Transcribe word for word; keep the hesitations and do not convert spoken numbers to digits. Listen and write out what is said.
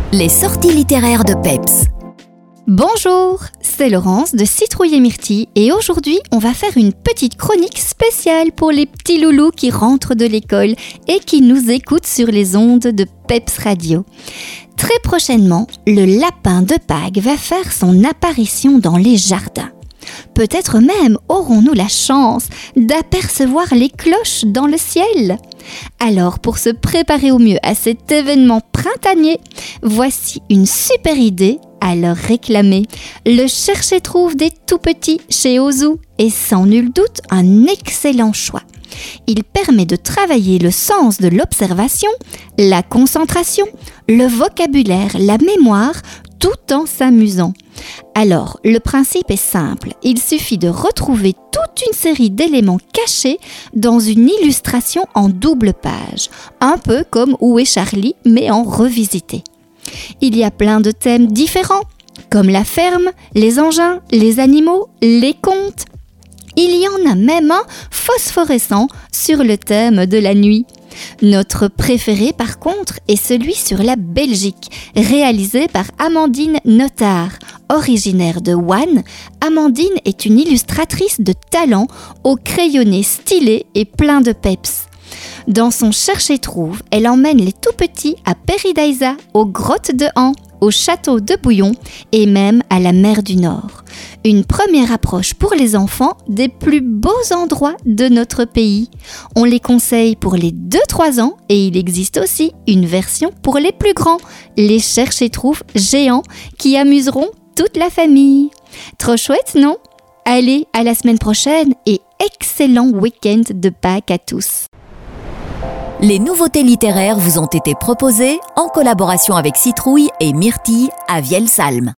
Les sorties littéraires de Peps. Bonjour, c'est Laurence de Citrouille et Myrtille et aujourd'hui on va faire une petite chronique spéciale pour les petits loulous qui rentrent de l'école et qui nous écoutent sur les ondes de Peps Radio. Très prochainement, le lapin de Pâques va faire son apparition dans les jardins. Peut-être même aurons-nous la chance d'apercevoir les cloches dans le ciel. Alors, pour se préparer au mieux à cet événement printanier, voici une super idée à leur réclamer. Le cherche-et-trouve des tout-petits chez Ozu est sans nul doute un excellent choix. Il permet de travailler le sens de l'observation, la concentration, le vocabulaire, la mémoire, tout en s'amusant. Alors, le principe est simple. Il suffit de retrouver toute une série d'éléments cachés dans une illustration en double page, un peu comme Où est Charlie, mais en revisité. Il y a plein de thèmes différents, comme la ferme, les engins, les animaux, les contes. Il y en a même un phosphorescent sur le thème de la nuit. Notre préféré par contre est celui sur la Belgique, réalisé par Amandine Notard. Originaire de Wannes, Amandine est une illustratrice de talent au crayonné stylé et plein de peps. Dans son cherche-et-trouve, elle emmène les tout-petits à Paradise, aux grottes de Han, au château de Bouillon et même à la mer du Nord. Une première approche pour les enfants des plus beaux endroits de notre pays. On les conseille pour les deux trois ans et il existe aussi une version pour les plus grands, les cherche-et-trouve géants qui amuseront toute la famille. Trop chouette, non ? Allez, à la semaine prochaine et excellent week-end de Pâques à tous. Les nouveautés littéraires vous ont été proposées en collaboration avec Citrouille et Myrtille à Vielsalm.